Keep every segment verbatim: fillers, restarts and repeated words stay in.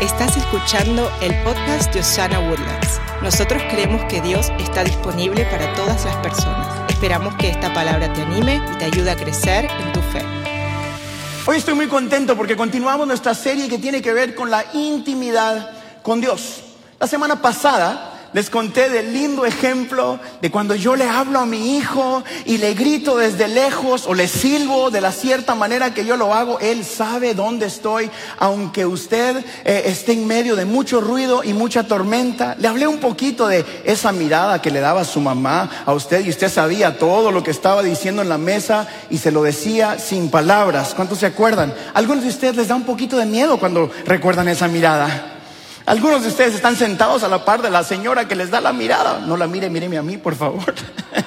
Estás escuchando el podcast de Osana Woodlands. Nosotros creemos que Dios está disponible para todas las personas. Esperamos que esta palabra te anime y te ayude a crecer en tu fe. Hoy estoy muy contento porque continuamos nuestra serie que tiene que ver con la intimidad con Dios. La semana pasada les conté del lindo ejemplo de cuando yo le hablo a mi hijo y le grito desde lejos o le silbo de la cierta manera que yo lo hago. Él sabe dónde estoy, aunque usted eh, esté en medio de mucho ruido y mucha tormenta. Le hablé un poquito de esa mirada que le daba su mamá a usted y usted sabía todo lo que estaba diciendo en la mesa y se lo decía sin palabras. ¿Cuántos se acuerdan? Algunos de ustedes les da un poquito de miedo cuando recuerdan esa mirada. Algunos de ustedes están sentados a la par de la señora que les da la mirada. No la mire, míreme a mí, por favor.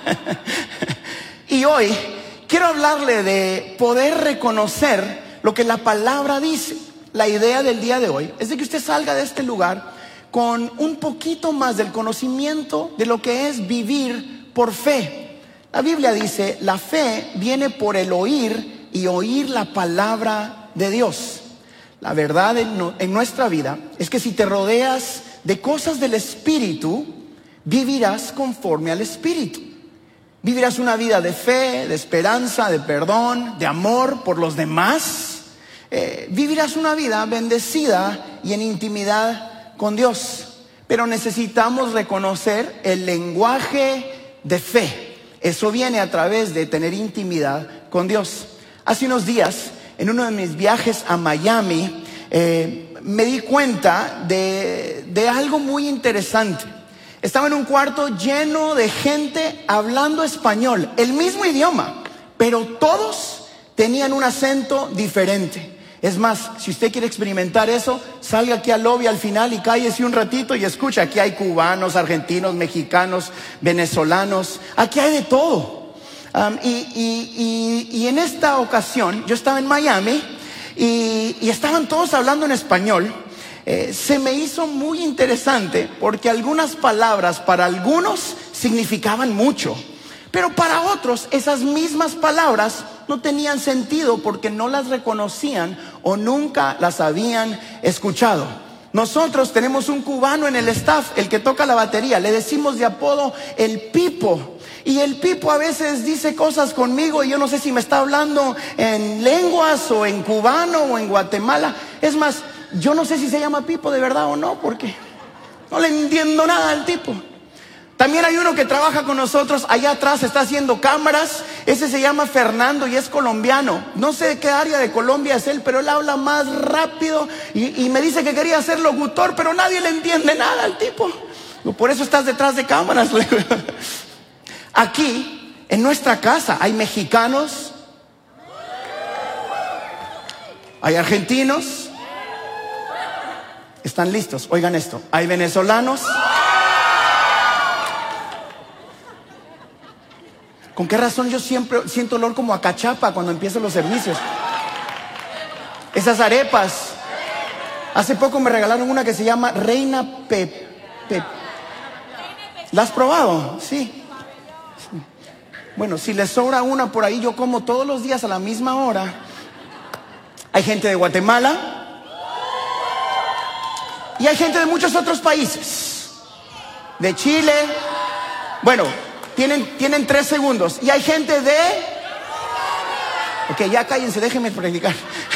Y hoy quiero hablarle de poder reconocer lo que la palabra dice. La idea del día de hoy es de que usted salga de este lugar con un poquito más del conocimiento de lo que es vivir por fe. La Biblia dice, la fe viene por el oír y oír la palabra de Dios. La verdad en, en nuestra vida es que si te rodeas de cosas del Espíritu, vivirás conforme al Espíritu. Vivirás una vida de fe, de esperanza, de perdón, de amor por los demás. Eh, vivirás una vida bendecida y en intimidad con Dios. Pero necesitamos reconocer el lenguaje de fe. Eso viene a través de tener intimidad con Dios. Hace unos días, en uno de mis viajes a Miami, eh, me di cuenta de, de algo muy interesante. Estaba en un cuarto lleno de gente hablando español, el mismo idioma, pero todos tenían un acento diferente. Es más, si usted quiere experimentar eso, salga aquí al lobby al final y cállese un ratito y escucha. Aquí hay cubanos, argentinos, mexicanos, venezolanos, aquí hay de todo. Um, y, y, y, y en esta ocasión yo estaba en Miami y, y estaban todos hablando en español. Eh, se me hizo muy interesante porque algunas palabras para algunos significaban mucho, pero para otros esas mismas palabras no tenían sentido porque no las reconocían o nunca las habían escuchado. Nosotros tenemos un cubano en el staff, el que toca la batería, le decimos de apodo el Pipo. Y el Pipo a veces dice cosas conmigo y yo no sé si me está hablando en lenguas o en cubano o en Guatemala. Es más, yo no sé si se llama Pipo de verdad o no, porque no le entiendo nada al tipo. También hay uno que trabaja con nosotros, allá atrás está haciendo cámaras. Ese se llama Fernando y es colombiano. No sé de qué área de Colombia es él, pero él habla más rápido y, y me dice que quería ser locutor, pero nadie le entiende nada al tipo. Por eso estás detrás de cámaras. Aquí, en nuestra casa, hay mexicanos, hay argentinos. ¿Están listos? Oigan esto. Hay venezolanos. ¿Con qué razón yo siempre siento olor como a cachapa cuando empiezan los servicios? Esas arepas. Hace poco me regalaron una que se llama Reina Pepe. Pe, ¿La has probado? Sí. Bueno, si les sobra una por ahí, yo como todos los días a la misma hora. Hay gente de Guatemala y hay gente de muchos otros países. De Chile. Bueno, tienen, tienen tres segundos. Y hay gente de... Ok, ya cállense, déjenme predicar.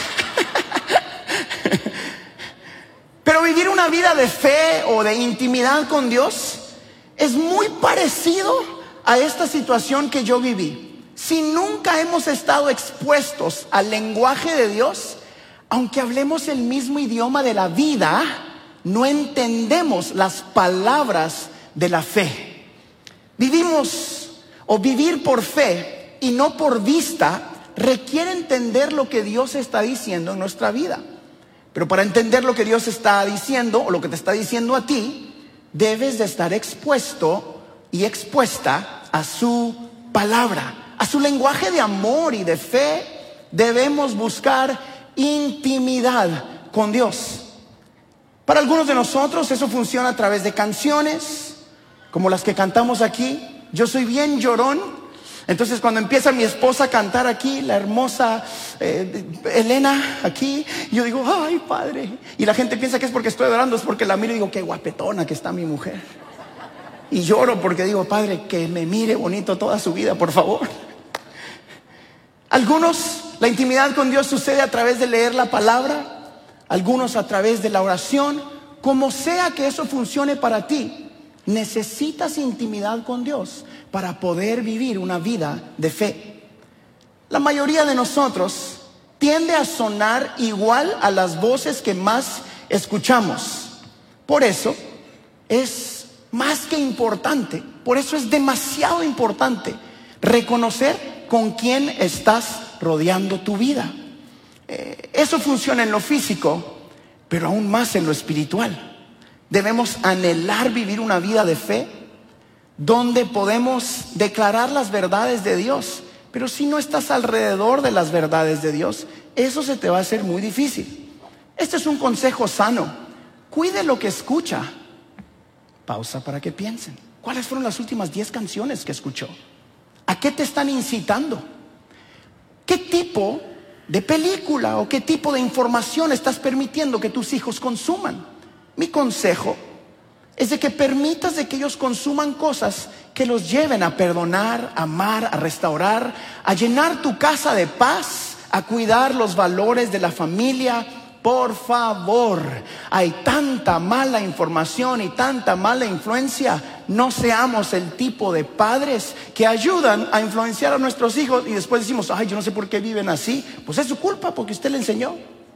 Pero vivir una vida de fe o de intimidad con Dios es muy parecido a esta situación que yo viví. Si nunca hemos estado expuestos al lenguaje de Dios, aunque hablemos el mismo idioma de la vida, no entendemos las palabras de la fe. Vivimos o vivir por fe y no por vista requiere entender lo que Dios está diciendo en nuestra vida. Pero para entender lo que Dios está diciendo o lo que te está diciendo a ti, debes de estar expuesto y expuesta a su palabra, a su lenguaje de amor y de fe. Debemos buscar intimidad con Dios. Para algunos de nosotros eso funciona a través de canciones como las que cantamos aquí. Yo soy bien llorón, Entonces cuando empieza mi esposa a cantar aquí, la hermosa eh, Elena aquí, yo digo, ay Padre. Y la gente piensa que es porque estoy adorando, es porque la miro y digo, qué guapetona que está mi mujer. Y lloro porque digo, Padre, que me mire bonito toda su vida, por favor. Algunos, la intimidad con Dios sucede a través de leer la palabra, algunos a través de la oración. Como sea que eso funcione para ti, necesitas intimidad con Dios para poder vivir una vida de fe. La mayoría de nosotros tiende a sonar igual a las voces que más escuchamos. Por eso es más que importante, por eso es demasiado importante reconocer con quién estás rodeando tu vida. Eh, eso funciona en lo físico, pero aún más en lo espiritual. Debemos anhelar vivir una vida de fe donde podemos declarar las verdades de Dios. Pero si no estás alrededor de las verdades de Dios, eso se te va a hacer muy difícil. Este es un consejo sano. Cuide lo que escucha. Pausa para que piensen. ¿Cuáles fueron las últimas diez canciones que escuchó? ¿A qué te están incitando? ¿Qué tipo de película o qué tipo de información estás permitiendo que tus hijos consuman? Mi consejo es de que permitas de que ellos consuman cosas que los lleven a perdonar, a amar, a restaurar, a llenar tu casa de paz, a cuidar los valores de la familia. Por favor, hay tanta mala información y tanta mala influencia. No seamos el tipo de padres que ayudan a influenciar a nuestros hijos y después decimos, ay, yo no sé por qué viven así. Pues es su culpa porque usted le enseñó.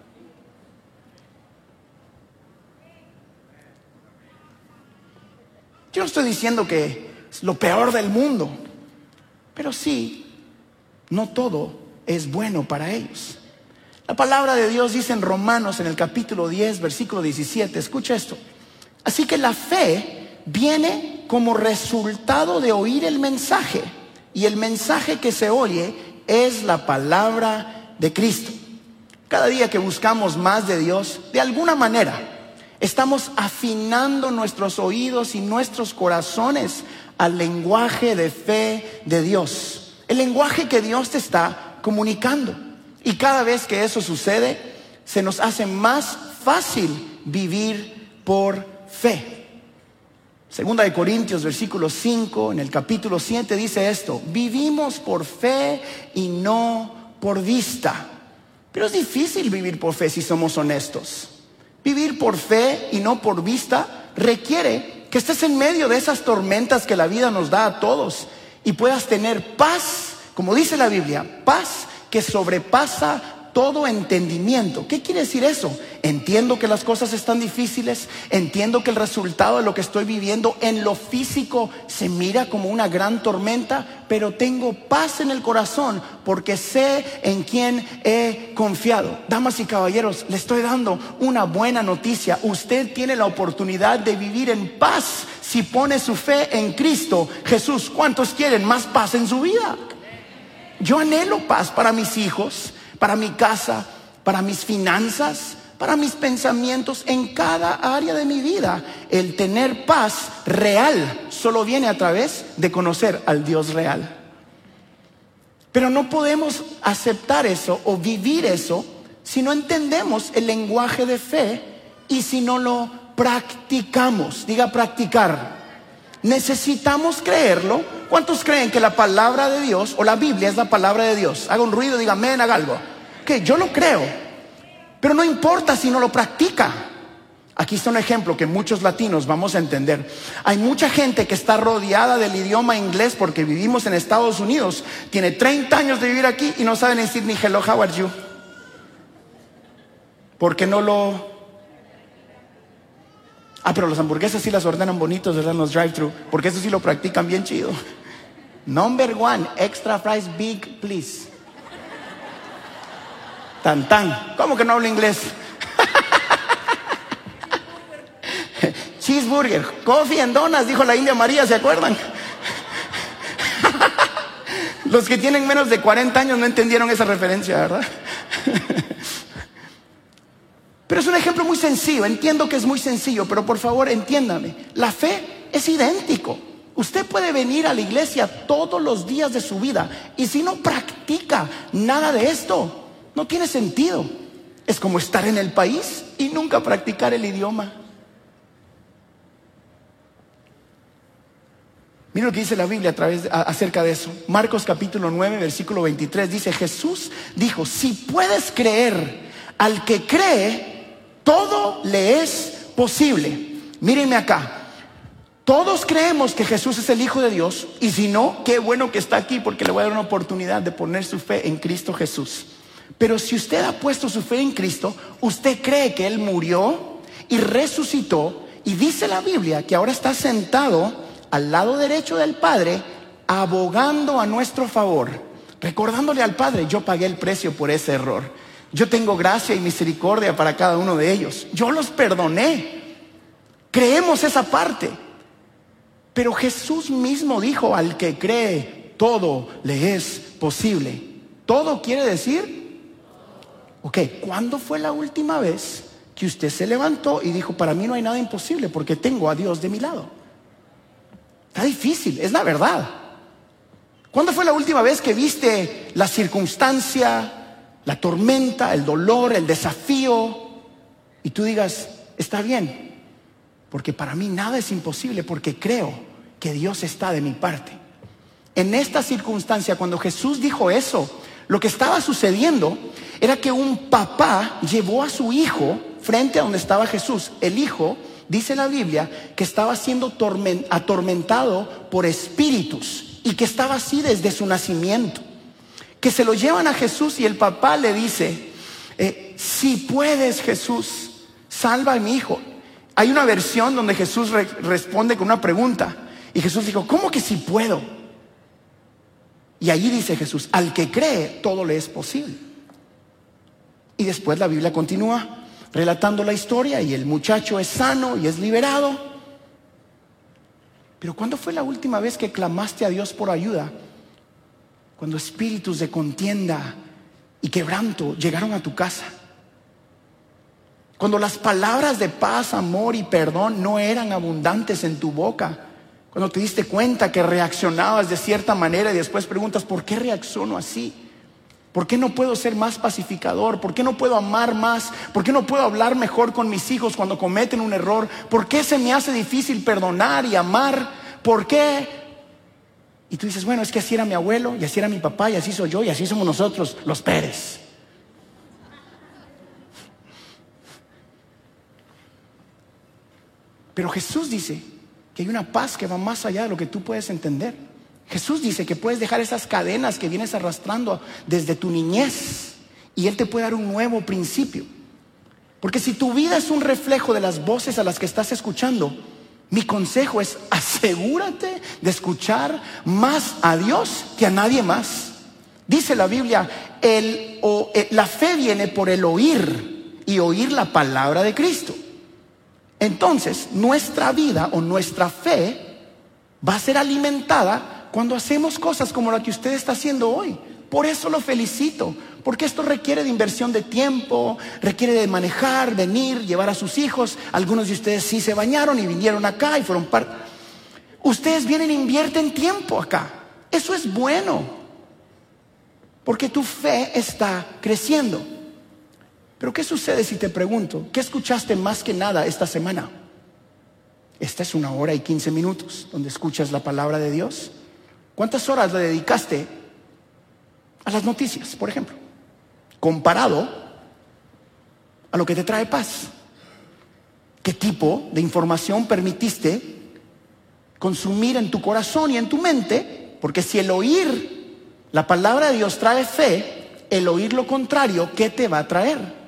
Yo no estoy diciendo que es lo peor del mundo, pero sí, no todo es bueno para ellos. La palabra de Dios dice en Romanos, en el capítulo diez, versículo diecisiete, escucha esto. Así que la fe viene como resultado de oír el mensaje, y el mensaje que se oye es la palabra de Cristo. Cada día que buscamos más de Dios, de alguna manera, estamos afinando nuestros oídos y nuestros corazones al lenguaje de fe de Dios. El lenguaje que Dios te está comunicando. Y cada vez que eso sucede, se nos hace más fácil vivir por fe. Segunda de Corintios, versículo cinco, en el capítulo siete dice esto: vivimos por fe y no por vista. Pero es difícil vivir por fe si somos honestos. Vivir por fe y no por vista requiere que estés en medio de esas tormentas que la vida nos da a todos y puedas tener paz, como dice la Biblia, paz que sobrepasa todo entendimiento. ¿Qué quiere decir eso? Entiendo que las cosas están difíciles, entiendo que el resultado de lo que estoy viviendo en lo físico se mira como una gran tormenta, pero tengo paz en el corazón porque sé en quién he confiado. Damas y caballeros, le estoy dando una buena noticia. Usted tiene la oportunidad de vivir en paz si pone su fe en Cristo Jesús. ¿Cuántos quieren más paz en su vida? Yo anhelo paz para mis hijos, para mi casa, para mis finanzas, para mis pensamientos, en cada área de mi vida. El tener paz real solo viene a través de conocer al Dios real. Pero no podemos aceptar eso o vivir eso si no entendemos el lenguaje de fe y si no lo practicamos. Diga practicar. Necesitamos creerlo. ¿Cuántos creen que la palabra de Dios o la Biblia es la palabra de Dios? Haga un ruido, diga amén, haga algo. Que yo lo creo, pero no importa si no lo practica. Aquí está un ejemplo que muchos latinos vamos a entender. Hay mucha gente que está rodeada del idioma inglés porque vivimos en Estados Unidos. Tiene treinta años de vivir aquí y no saben decir ni hello, how are you. Porque no lo... Ah, pero las hamburguesas sí las ordenan bonitos, ¿verdad? En los drive-thru, porque eso sí lo practican bien chido. Number one, extra fries big, please. Tan tan. ¿Cómo que no hablo inglés? Cheeseburger, coffee and donuts, dijo la India María, ¿se acuerdan? Los que tienen menos de cuarenta años no entendieron esa referencia, ¿verdad? Pero es un ejemplo muy sencillo, entiendo que es muy sencillo, pero por favor entiéndame, la fe es idéntico. Usted puede venir a la iglesia todos los días de su vida y si no practica nada de esto, no tiene sentido. Es como estar en el país y nunca practicar el idioma. Mira lo que dice la Biblia a través de, a, acerca de eso. Marcos capítulo nueve, versículo veintitrés dice: Jesús dijo, si puedes creer, al que cree, todo le es posible. Mírenme acá. Todos creemos que Jesús es el Hijo de Dios, y si no, qué bueno que está aquí, porque le voy a dar una oportunidad de poner su fe en Cristo Jesús. Pero si usted ha puesto su fe en Cristo, usted cree que Él murió y resucitó, y dice la Biblia que ahora está sentado al lado derecho del Padre, abogando a nuestro favor, recordándole al Padre: yo pagué el precio por ese error, yo tengo gracia y misericordia para cada uno de ellos, yo los perdoné. Creemos esa parte. Pero Jesús mismo dijo: al que cree, todo le es posible. ¿Todo quiere decir? Ok, ¿cuándo fue la última vez que usted se levantó y dijo: para mí no hay nada imposible porque tengo a Dios de mi lado? Está difícil, es la verdad. ¿Cuándo fue la última vez que viste la circunstancia, la tormenta, el dolor, el desafío, y tú digas: está bien, porque para mí nada es imposible, porque creo que Dios está de mi parte? En esta circunstancia, cuando Jesús dijo eso, lo que estaba sucediendo era que un papá llevó a su hijo frente a donde estaba Jesús. El hijo, dice la Biblia, que estaba siendo atormentado por espíritus y que estaba así desde su nacimiento. Que se lo llevan a Jesús y el papá le dice: eh, si puedes, Jesús, salva a mi hijo. Hay una versión donde Jesús re- responde con una pregunta, y Jesús dijo: ¿cómo que si puedo? Y allí dice Jesús: al que cree, todo le es posible. Y después la Biblia continúa relatando la historia, y el muchacho es sano y es liberado. Pero ¿cuándo fue la última vez que clamaste a Dios por ayuda? Cuando espíritus de contienda y quebranto llegaron a tu casa. Cuando las palabras de paz, amor y perdón no eran abundantes en tu boca. Cuando te diste cuenta que reaccionabas de cierta manera y después preguntas: ¿por qué reacciono así? ¿Por qué no puedo ser más pacificador? ¿Por qué no puedo amar más? ¿Por qué no puedo hablar mejor con mis hijos cuando cometen un error? ¿Por qué se me hace difícil perdonar y amar? ¿Por qué? Y tú dices: bueno, es que así era mi abuelo, y así era mi papá, y así soy yo, y así somos nosotros, los Pérez. Pero Jesús dice que hay una paz que va más allá de lo que tú puedes entender. Jesús dice que puedes dejar esas cadenas que vienes arrastrando desde tu niñez, y Él te puede dar un nuevo principio. Porque si tu vida es un reflejo de las voces a las que estás escuchando, mi consejo es: asegúrate de escuchar más a Dios que a nadie más. Dice la Biblia, el, o, eh, la fe viene por el oír, y oír la palabra de Cristo. Entonces, nuestra vida o nuestra fe va a ser alimentada cuando hacemos cosas como la que usted está haciendo hoy. Por eso lo felicito, porque esto requiere de inversión de tiempo, requiere de manejar, venir, llevar a sus hijos. Algunos de ustedes sí se bañaron y vinieron acá y fueron parte. Ustedes vienen e invierten tiempo acá. Eso es bueno, porque tu fe está creciendo. Pero ¿qué sucede si te pregunto: ¿qué escuchaste más que nada esta semana? Esta es una hora y quince minutos donde escuchas la palabra de Dios. ¿Cuántas horas le dedicaste a las noticias, por ejemplo, comparado a lo que te trae paz? ¿Qué tipo de información permitiste consumir en tu corazón y en tu mente? Porque si el oír la palabra de Dios trae fe, el oír lo contrario, ¿qué te va a traer?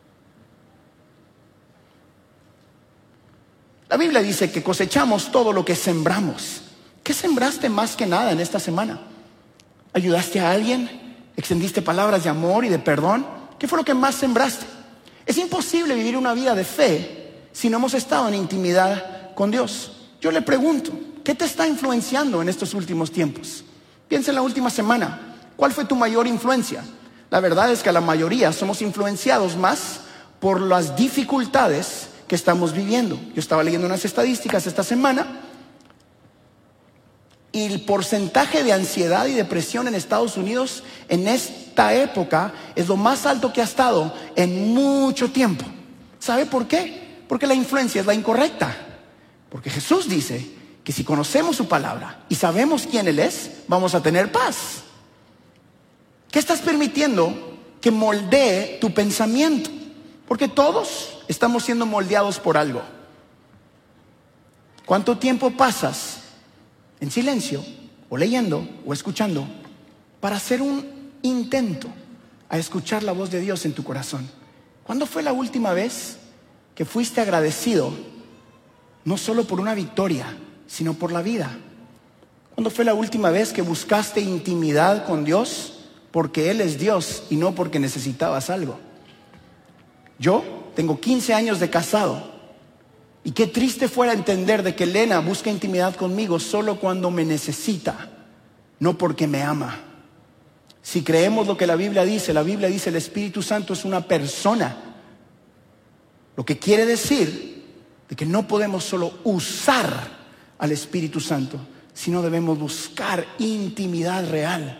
La Biblia dice que cosechamos todo lo que sembramos. ¿Qué sembraste más que nada en esta semana? ¿Ayudaste a alguien? ¿Extendiste palabras de amor y de perdón? ¿Qué fue lo que más sembraste? Es imposible vivir una vida de fe si no hemos estado en intimidad con Dios. Yo le pregunto: ¿qué te está influenciando en estos últimos tiempos? Piensa en la última semana. ¿Cuál fue tu mayor influencia? La verdad es que a la mayoría somos influenciados más por las dificultades que estamos viviendo. Yo estaba leyendo unas estadísticas esta semana y el porcentaje de ansiedad y depresión en Estados Unidos en esta época es lo más alto que ha estado en mucho tiempo. ¿Sabe por qué? Porque la influencia es la incorrecta. Porque Jesús dice que si conocemos su palabra y sabemos quién Él es, vamos a tener paz. ¿Qué estás permitiendo que moldee tu pensamiento? Porque todos estamos siendo moldeados por algo. ¿Cuánto tiempo pasas en silencio o leyendo o escuchando para hacer un intento a escuchar la voz de Dios en tu corazón? ¿Cuándo fue la última vez que fuiste agradecido no solo por una victoria, sino por la vida? ¿Cuándo fue la última vez que buscaste intimidad con Dios porque Él es Dios y no porque necesitabas algo? Yo tengo quince años de casado y qué triste fuera entender de que Elena busca intimidad conmigo solo cuando me necesita, no porque me ama. Si creemos lo que la Biblia dice, la Biblia dice el Espíritu Santo es una persona, lo que quiere decir de que no podemos solo usar al Espíritu Santo, sino debemos buscar intimidad real.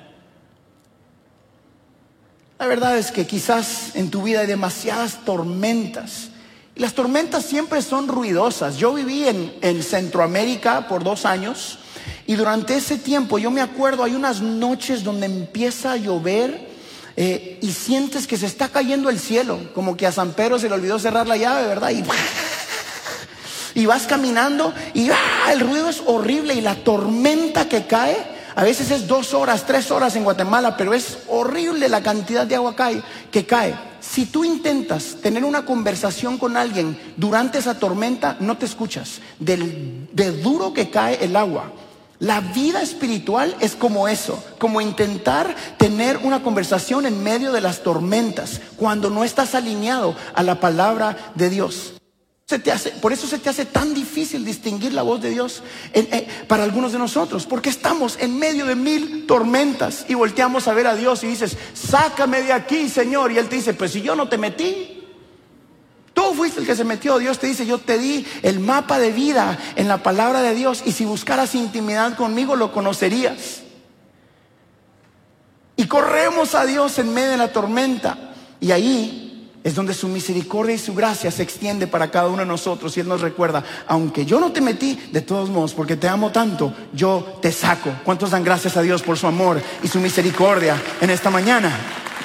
La verdad es que quizás en tu vida hay demasiadas tormentas. Y las tormentas siempre son ruidosas. Yo viví en, en Centroamérica por dos años. Y durante ese tiempo yo me acuerdo, hay unas noches donde empieza a llover eh, y sientes que se está cayendo el cielo. Como que a San Pedro se le olvidó cerrar la llave, ¿verdad? Y, y vas caminando y ¡ah! El ruido es horrible. Y la tormenta que cae, a veces es dos horas, tres horas en Guatemala, pero es horrible la cantidad de agua cae, que cae. Si tú intentas tener una conversación con alguien durante esa tormenta, no te escuchas. Del, de duro que cae el agua. La vida espiritual es como eso, como intentar tener una conversación en medio de las tormentas, cuando no estás alineado a la palabra de Dios. Se te hace, por eso se te hace tan difícil distinguir la voz de Dios en, en, para algunos de nosotros, porque estamos en medio de mil tormentas y volteamos a ver a Dios y dices, sácame de aquí, Señor. Y Él te dice, pues si yo no te metí, tú fuiste el que se metió. Dios te dice, yo te di el mapa de vida en la palabra de Dios, y si buscaras intimidad conmigo lo conocerías. Y corremos a Dios en medio de la tormenta, y ahí es donde su misericordia y su gracia se extiende para cada uno de nosotros. Y Él nos recuerda, aunque yo no te metí, de todos modos, porque te amo tanto, yo te saco. ¿Cuántos dan gracias a Dios por su amor y su misericordia en esta mañana?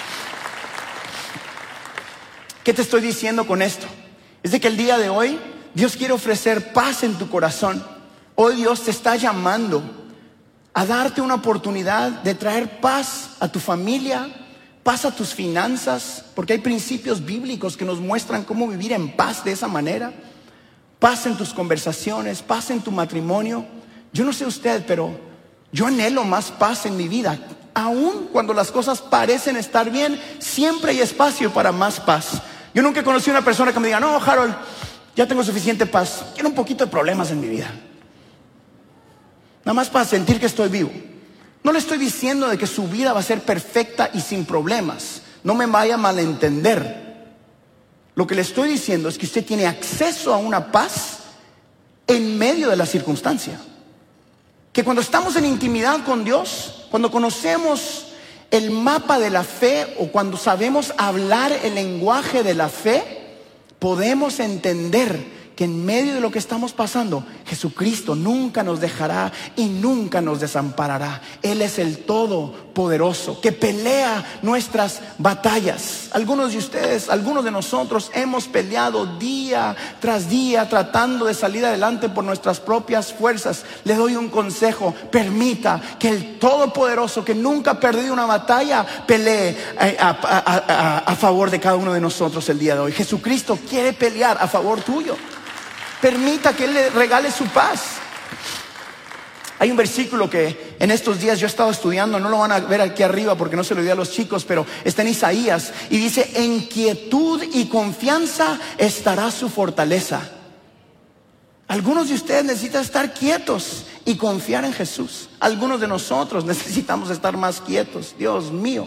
¿Qué te estoy diciendo con esto? Es de que el día de hoy Dios quiere ofrecer paz en tu corazón. Hoy Dios te está llamando a darte una oportunidad de traer paz a tu familia, paz a tus finanzas, porque hay principios bíblicos que nos muestran cómo vivir en paz de esa manera. Paz en tus conversaciones, paz en tu matrimonio. Yo no sé usted, pero yo anhelo más paz en mi vida. Aún cuando las cosas parecen estar bien, siempre hay espacio para más paz. Yo nunca he conocido a una persona que me diga, no, Harold, ya tengo suficiente paz, quiero un poquito de problemas en mi vida, nada más para sentir que estoy vivo. No le estoy diciendo de que su vida va a ser perfecta y sin problemas. No me vaya a malentender. Lo que le estoy diciendo es que usted tiene acceso a una paz en medio de la circunstancia. Que cuando estamos en intimidad con Dios, cuando conocemos el mapa de la fe, o cuando sabemos hablar el lenguaje de la fe, podemos entender que en medio de lo que estamos pasando, Jesucristo nunca nos dejará y nunca nos desamparará. Él es el Todopoderoso que pelea nuestras batallas. Algunos de ustedes, algunos de nosotros hemos peleado día tras día tratando de salir adelante por nuestras propias fuerzas. Le doy un consejo: permita que el Todopoderoso, que nunca ha perdido una batalla, pelee a, a, a, a, a favor de cada uno de nosotros el día de hoy. Jesucristo quiere pelear a favor tuyo. Permita que Él le regale su paz. Hay un versículo que en estos días yo he estado estudiando, no lo van a ver aquí arriba porque no se lo di a los chicos, pero está en Isaías y dice: en quietud y confianza estará su fortaleza. Algunos de ustedes necesitan estar quietos y confiar en Jesús. Algunos de nosotros necesitamos estar más quietos. Dios mío.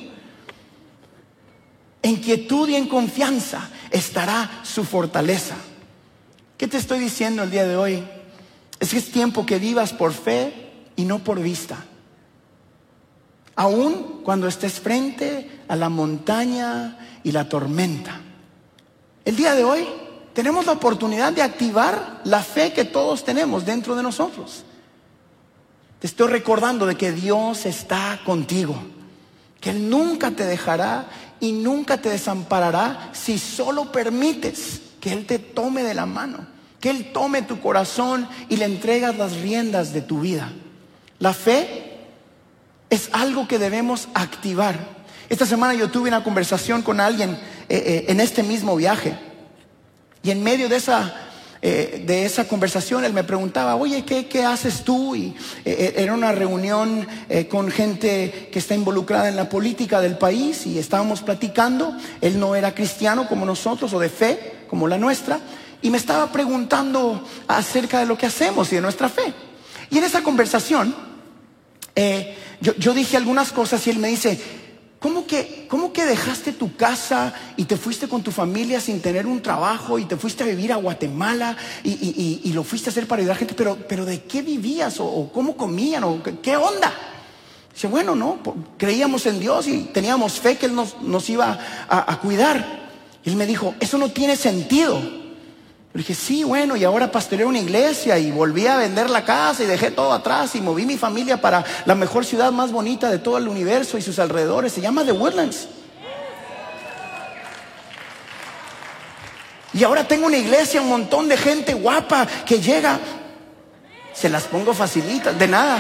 En quietud y en confianza estará su fortaleza. ¿Qué te estoy diciendo el día de hoy? Es que es tiempo que vivas por fe, y no por vista. Aún cuando estés frente a la montaña y la tormenta. El día de hoy tenemos la oportunidad de activar la fe que todos tenemos dentro de nosotros. Te estoy recordando de que Dios está contigo, que Él nunca te dejará y nunca te desamparará si solo permites que Él te tome de la mano, que Él tome tu corazón y le entregas las riendas de tu vida. La fe es algo que debemos activar. Esta semana yo tuve una conversación con alguien eh, eh, en este mismo viaje, y en medio de esa Eh, de esa conversación él me preguntaba, oye, ¿qué, qué haces tú? Y eh, era una reunión eh, con gente que está involucrada en la política del país, y estábamos platicando. Él no era cristiano como nosotros, o de fe como la nuestra, y me estaba preguntando acerca de lo que hacemos y de nuestra fe. Y en esa conversación eh, yo, yo dije algunas cosas, y él me dice, ¿Cómo que, ¿Cómo que dejaste tu casa y te fuiste con tu familia sin tener un trabajo y te fuiste a vivir a Guatemala y, y, y, y lo fuiste a hacer para ayudar a gente? Pero, pero ¿de qué vivías? ¿O, o cómo comían? ¿O qué, qué onda? Dice, bueno, no, creíamos en Dios y teníamos fe que Él nos, nos iba a, a cuidar. Y él me dijo, eso no tiene sentido. Yo dije, sí, bueno, y ahora pastoreé una iglesia y volví a vender la casa y dejé todo atrás y moví mi familia para la mejor ciudad más bonita de todo el universo y sus alrededores. Se llama The Woodlands. Y ahora tengo una iglesia, un montón de gente guapa que llega. Se las pongo facilitas, de nada.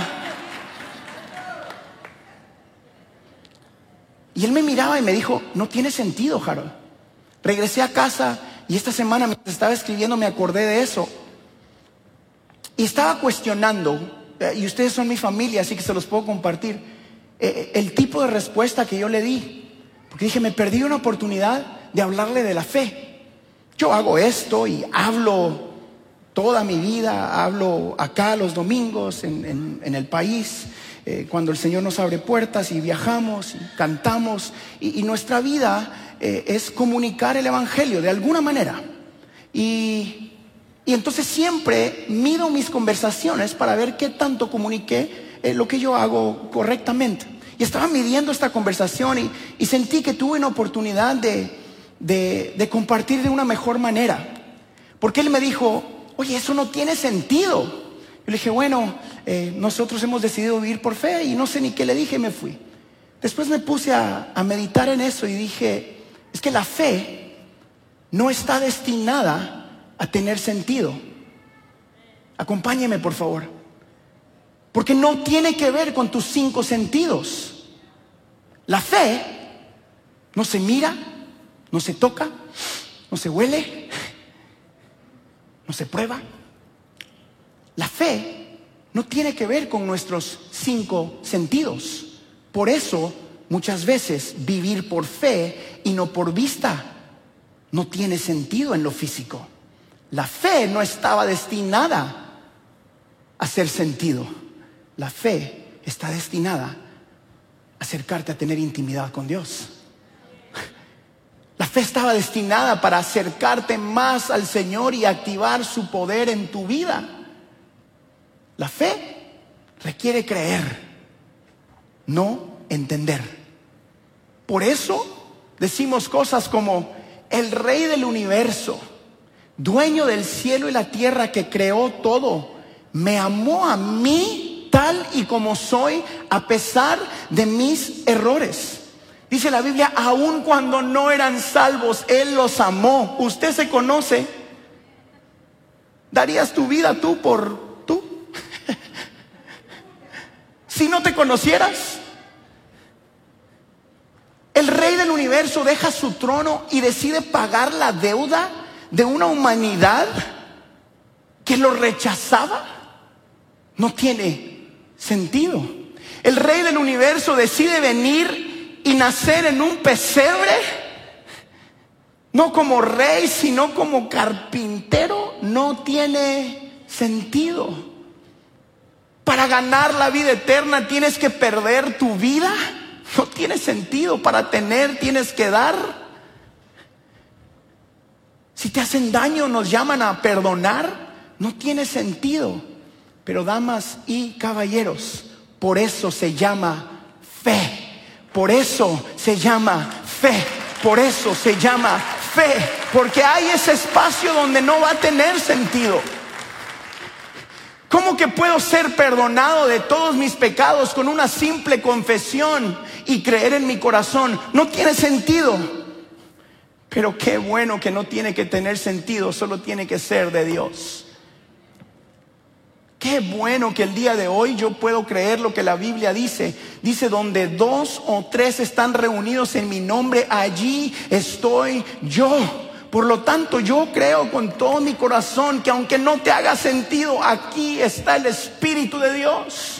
Y él me miraba y me dijo, no tiene sentido, Harold. Regresé a casa y esta semana mientras estaba escribiendo me acordé de eso. Y estaba cuestionando, y ustedes son mi familia, así que se los puedo compartir, el tipo de respuesta que yo le di. Porque dije, me perdí una oportunidad de hablarle de la fe. Yo hago esto y hablo toda mi vida, hablo acá los domingos en, en, en el país, eh, cuando el Señor nos abre puertas y viajamos y cantamos, y, y nuestra vida eh, es comunicar el evangelio de alguna manera. Y, y entonces siempre mido mis conversaciones para ver qué tanto comuniqué eh, lo que yo hago correctamente. Y estaba midiendo esta conversación y, y sentí que tuve una oportunidad de, de, de compartir de una mejor manera. Porque él me dijo, oye, eso no tiene sentido. Yo le dije, bueno, eh, nosotros hemos decidido vivir por fe, y no sé ni qué le dije y me fui. Después me puse a, a meditar en eso y dije, es que la fe no está destinada a tener sentido. Acompáñeme, por favor. Porque no tiene que ver con tus cinco sentidos. La fe no se mira, no se toca, no se huele, no se prueba. La fe no tiene que ver con nuestros cinco sentidos. Por eso, muchas veces, vivir por fe y no por vista no tiene sentido en lo físico. La fe no estaba destinada a hacer sentido. La fe está destinada a acercarte a tener intimidad con Dios. La fe estaba destinada para acercarte más al Señor y activar su poder en tu vida. La fe requiere creer, no entender. Por eso decimos cosas como: el Rey del universo, dueño del cielo y la tierra, que creó todo, me amó a mí tal y como soy, a pesar de mis errores. Dice la Biblia, aun cuando no eran salvos, Él los amó. Usted se conoce. ¿Darías tu vida tú por tú? Si no te conocieras. El Rey del universo deja su trono y decide pagar la deuda de una humanidad que lo rechazaba. No tiene sentido. El Rey del universo decide venir y nacer en un pesebre, no como rey, sino como carpintero. No tiene sentido. Para ganar la vida eterna tienes que perder tu vida. No tiene sentido. Para tener tienes que dar. Si te hacen daño nos llaman a perdonar. No tiene sentido. Pero damas y caballeros, por eso se llama fe. Por eso se llama fe. Por eso se llama fe. Porque hay ese espacio donde no va a tener sentido. ¿Cómo que puedo ser perdonado de todos mis pecados con una simple confesión y creer en mi corazón? No tiene sentido. Pero qué bueno que no tiene que tener sentido, solo tiene que ser de Dios. Qué bueno que el día de hoy yo puedo creer lo que la Biblia dice. Dice, donde dos o tres están reunidos en mi nombre, allí estoy yo. Por lo tanto, yo creo con todo mi corazón que aunque no te haga sentido, aquí está el Espíritu de Dios.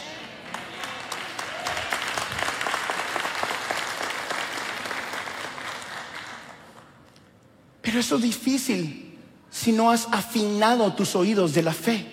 Pero eso es difícil si no has afinado tus oídos de la fe.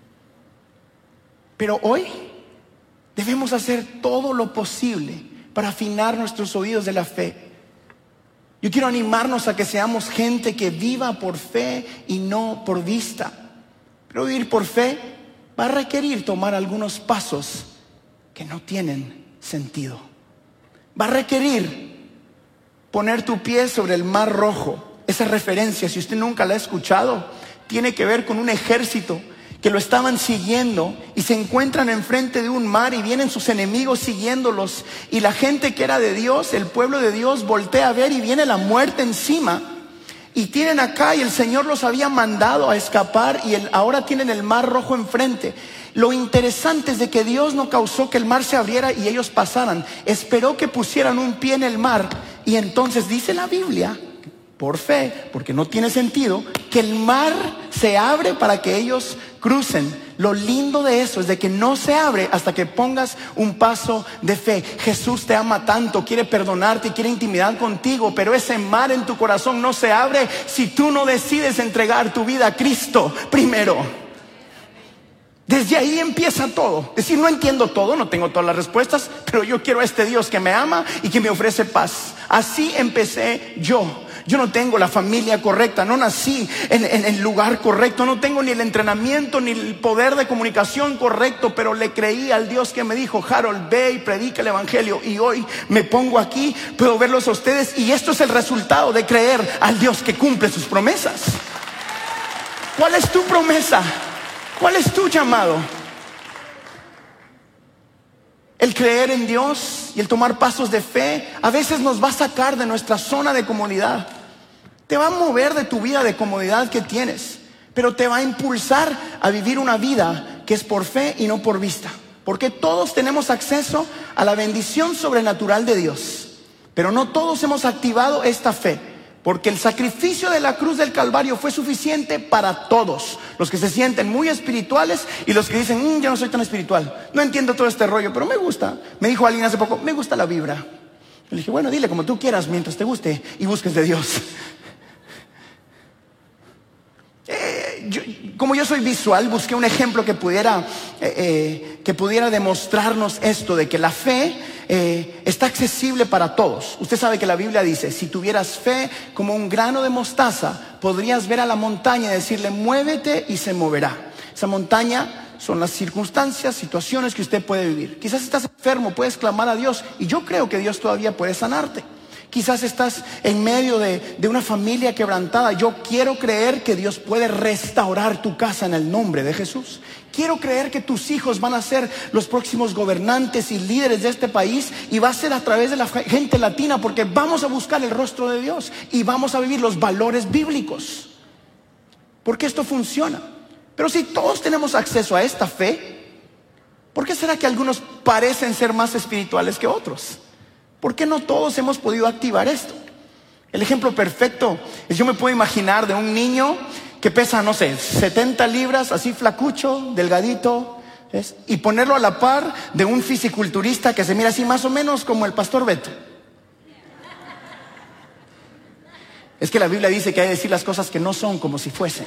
Pero hoy debemos hacer todo lo posible para afinar nuestros oídos de la fe. Yo quiero animarnos a que seamos gente que viva por fe y no por vista. Pero vivir por fe va a requerir tomar algunos pasos que no tienen sentido. Va a requerir poner tu pie sobre el Mar Rojo. Esa referencia, si usted nunca la ha escuchado, tiene que ver con un ejército que lo estaban siguiendo y se encuentran enfrente de un mar y vienen sus enemigos siguiéndolos, y la gente que era de Dios, el pueblo de Dios, voltea a ver y viene la muerte encima, y tienen acá, y el Señor los había mandado a escapar, y el, ahora tienen el Mar Rojo enfrente. Lo interesante es de que Dios no causó que el mar se abriera y ellos pasaran, esperó que pusieran un pie en el mar, y entonces dice la Biblia, por fe, porque no tiene sentido, que el mar se abre para que ellos crucen. Lo lindo de eso es de que no se abre hasta que pongas un paso de fe. Jesús te ama tanto, quiere perdonarte y quiere intimidad contigo, pero ese mar en tu corazón no se abre si tú no decides entregar tu vida a Cristo primero. Desde ahí empieza todo. Es decir, no entiendo todo, no tengo todas las respuestas, pero yo quiero a este Dios que me ama y que me ofrece paz. Así empecé yo. Yo no tengo la familia correcta, no nací en, en el lugar correcto, no tengo ni el entrenamiento ni el poder de comunicación correcto, pero le creí al Dios que me dijo, Harold, ve y predica el evangelio, y hoy me pongo aquí, puedo verlos a ustedes, y esto es el resultado de creer al Dios que cumple sus promesas. ¿Cuál es tu promesa? ¿Cuál es tu llamado? El creer en Dios y el tomar pasos de fe a veces nos va a sacar de nuestra zona de comodidad. Te va a mover de tu vida de comodidad que tienes, pero te va a impulsar a vivir una vida que es por fe y no por vista. Porque todos tenemos acceso a la bendición sobrenatural de Dios, pero no todos hemos activado esta fe. Porque el sacrificio de la cruz del Calvario fue suficiente para todos. Los que se sienten muy espirituales y los que dicen, mmm, yo no soy tan espiritual, no entiendo todo este rollo, pero me gusta. Me dijo alguien hace poco, me gusta la vibra. Le dije, bueno, dile como tú quieras mientras te guste y busques de Dios. Eh, yo, como yo soy visual, busqué un ejemplo que pudiera, eh, eh, que pudiera demostrarnos esto, de que la fe eh, está accesible para todos. Usted sabe que la Biblia dice, si tuvieras fe como un grano de mostaza, podrías ver a la montaña y decirle, muévete, y se moverá. Esa montaña son las circunstancias, situaciones que usted puede vivir. Quizás estás enfermo, puedes clamar a Dios, y yo creo que Dios todavía puede sanarte. Quizás estás en medio de, de una familia quebrantada. Yo quiero creer que Dios puede restaurar tu casa en el nombre de Jesús. Quiero creer que tus hijos van a ser los próximos gobernantes y líderes de este país, y va a ser a través de la gente latina, porque vamos a buscar el rostro de Dios y vamos a vivir los valores bíblicos. Porque esto funciona. Pero si todos tenemos acceso a esta fe, ¿por qué será que algunos parecen ser más espirituales que otros? ¿Por qué no todos hemos podido activar esto? El ejemplo perfecto es, yo me puedo imaginar de un niño que pesa, no sé, setenta libras, así flacucho, delgadito, ¿ves? Y ponerlo a la par de un fisiculturista que se mira así más o menos como el pastor Beto. Es que la Biblia dice que hay que decir las cosas que no son como si fuesen.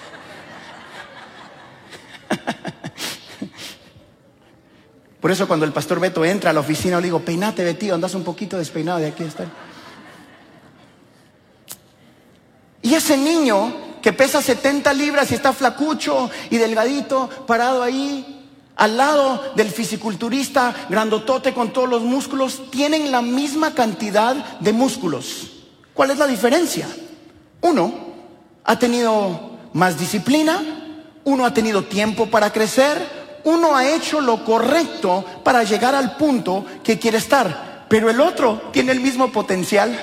Por eso cuando el pastor Beto entra a la oficina, le digo, peinate, Betío, andas un poquito despeinado, de aquí está. Y ese niño que pesa setenta libras y está flacucho y delgadito, parado ahí al lado del fisiculturista grandotote con todos los músculos, tienen la misma cantidad de músculos. ¿Cuál es la diferencia? Uno ha tenido más disciplina, uno ha tenido tiempo para crecer, uno ha hecho lo correcto para llegar al punto que quiere estar, pero el otro tiene el mismo potencial.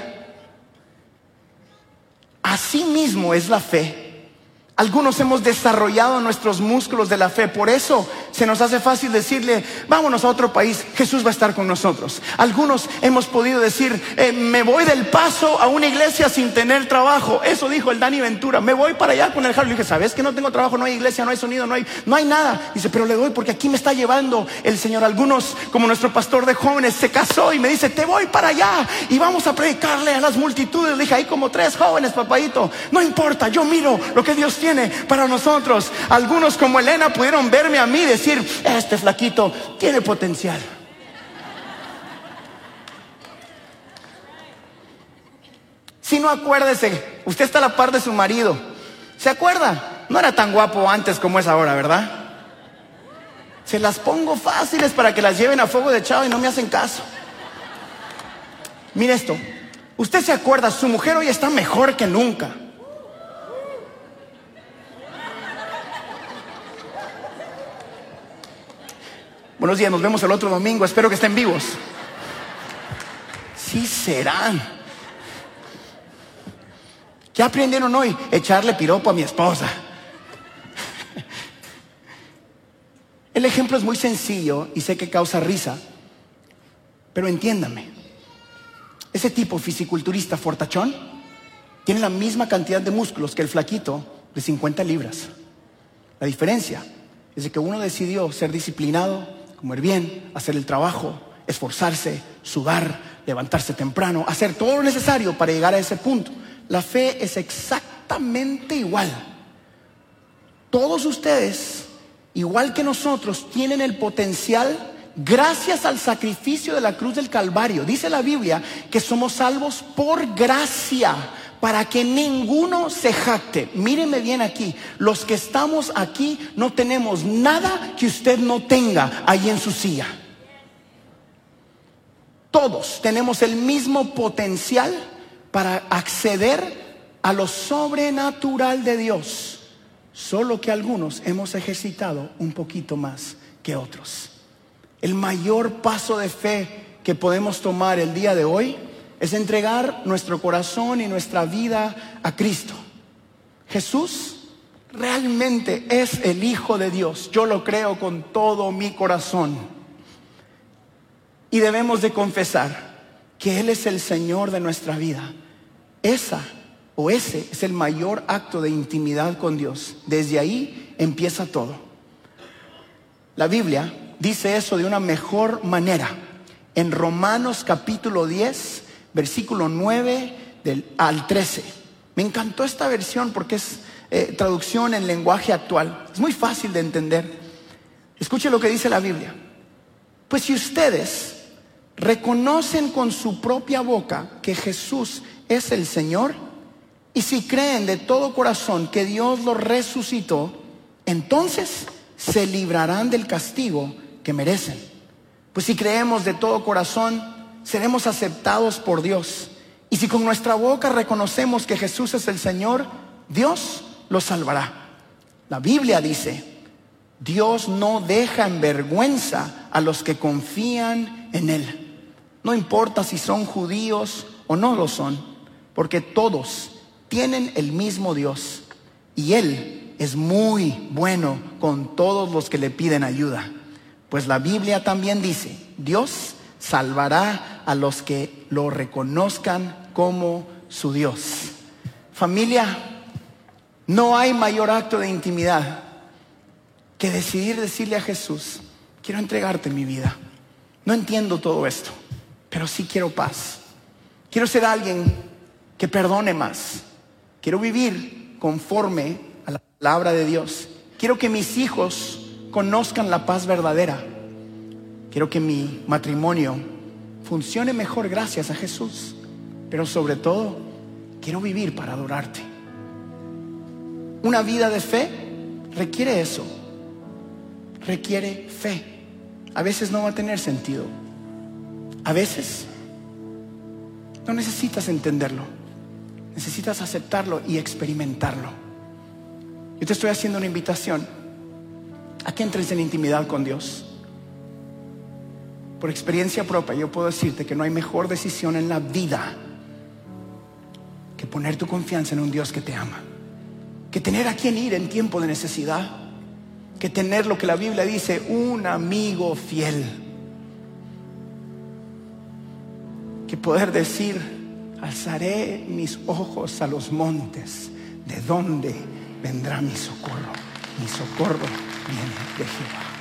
Así mismo es la fe. Algunos hemos desarrollado nuestros músculos de la fe, por eso se nos hace fácil decirle, vámonos a otro país, Jesús va a estar con nosotros. Algunos hemos podido decir, eh, me voy del Paso a una iglesia sin tener trabajo. Eso dijo el Dani Ventura, me voy para allá con el Harold. Le dije, ¿sabes que no tengo trabajo? No hay iglesia, no hay sonido, no hay, no hay nada. Dice, pero le doy porque aquí me está llevando el Señor. Algunos, como nuestro pastor de jóvenes, se casó y me dice, te voy para allá y vamos a predicarle a las multitudes. Le dije, hay como tres jóvenes, papadito. No importa, yo miro lo que Dios tiene para nosotros. Algunos, como Elena, pudieron verme a mí y decir, este flaquito tiene potencial. Si no, acuérdese, usted está a la par de su marido. ¿Se acuerda? No era tan guapo antes como es ahora, ¿verdad? Se las pongo fáciles para que las lleven a fuego de chavo y no me hacen caso. Mire esto, usted se acuerda, su mujer hoy está mejor que nunca. Buenos días, nos vemos el otro domingo, espero que estén vivos. Sí serán. ¿Qué aprendieron hoy? Echarle piropo a mi esposa. El ejemplo es muy sencillo y sé que causa risa, pero entiéndame. Ese tipo fisiculturista fortachón tiene la misma cantidad de músculos que el flaquito de cincuenta libras. La diferencia es de que uno decidió ser disciplinado, comer bien, hacer el trabajo, esforzarse, sudar, levantarse temprano, hacer todo lo necesario para llegar a ese punto. La fe es exactamente igual. Todos ustedes, igual que nosotros, tienen el potencial gracias al sacrificio de la cruz del Calvario. Dice la Biblia que somos salvos por gracia, para que ninguno se jacte. Míreme bien aquí, los que estamos aquí no tenemos nada que usted no tenga ahí en su silla. Todos tenemos el mismo potencial para acceder a lo sobrenatural de Dios, solo que algunos hemos ejercitado un poquito más que otros. El mayor paso de fe que podemos tomar el día de hoy es entregar nuestro corazón y nuestra vida a Cristo. Jesús realmente es el Hijo de Dios. Yo lo creo con todo mi corazón. Y debemos de confesar que Él es el Señor de nuestra vida. Esa o ese es el mayor acto de intimidad con Dios. Desde ahí empieza todo. La Biblia dice eso de una mejor manera. En Romanos capítulo diez, versículo nueve del, al trece. Me encantó esta versión porque es eh, traducción en lenguaje actual. Es muy fácil de entender. Escuche lo que dice la Biblia. Pues si ustedes reconocen con su propia boca que Jesús es el Señor, y si creen de todo corazón que Dios lo resucitó, entonces se librarán del castigo que merecen. Pues si creemos de todo corazón, seremos aceptados por Dios. Y si con nuestra boca reconocemos que Jesús es el Señor, Dios los salvará. La Biblia dice, Dios no deja en vergüenza a los que confían en Él. No importa si son judíos o no lo son, porque todos tienen el mismo Dios. Y Él es muy bueno con todos los que le piden ayuda. Pues la Biblia también dice, Dios salvará a los que lo reconozcan como su Dios. Familia, no hay mayor acto de intimidad que decidir decirle a Jesús, quiero entregarte mi vida. No entiendo todo esto, pero sí quiero paz. Quiero ser alguien que perdone más. Quiero vivir conforme a la palabra de Dios. Quiero que mis hijos conozcan la paz verdadera. Quiero que mi matrimonio funcione mejor gracias a Jesús. Pero sobre todo, quiero vivir para adorarte. Una vida de fe requiere eso. Requiere fe. A veces no va a tener sentido. A veces no necesitas entenderlo. Necesitas aceptarlo y experimentarlo. Yo te estoy haciendo una invitación a que entres en intimidad con Dios. Por experiencia propia, yo puedo decirte que no hay mejor decisión en la vida que poner tu confianza en un Dios que te ama, que tener a quien ir en tiempo de necesidad, que tener lo que la Biblia dice, un amigo fiel, que poder decir, alzaré mis ojos a los montes, ¿de dónde vendrá mi socorro? Mi socorro viene de Jehová.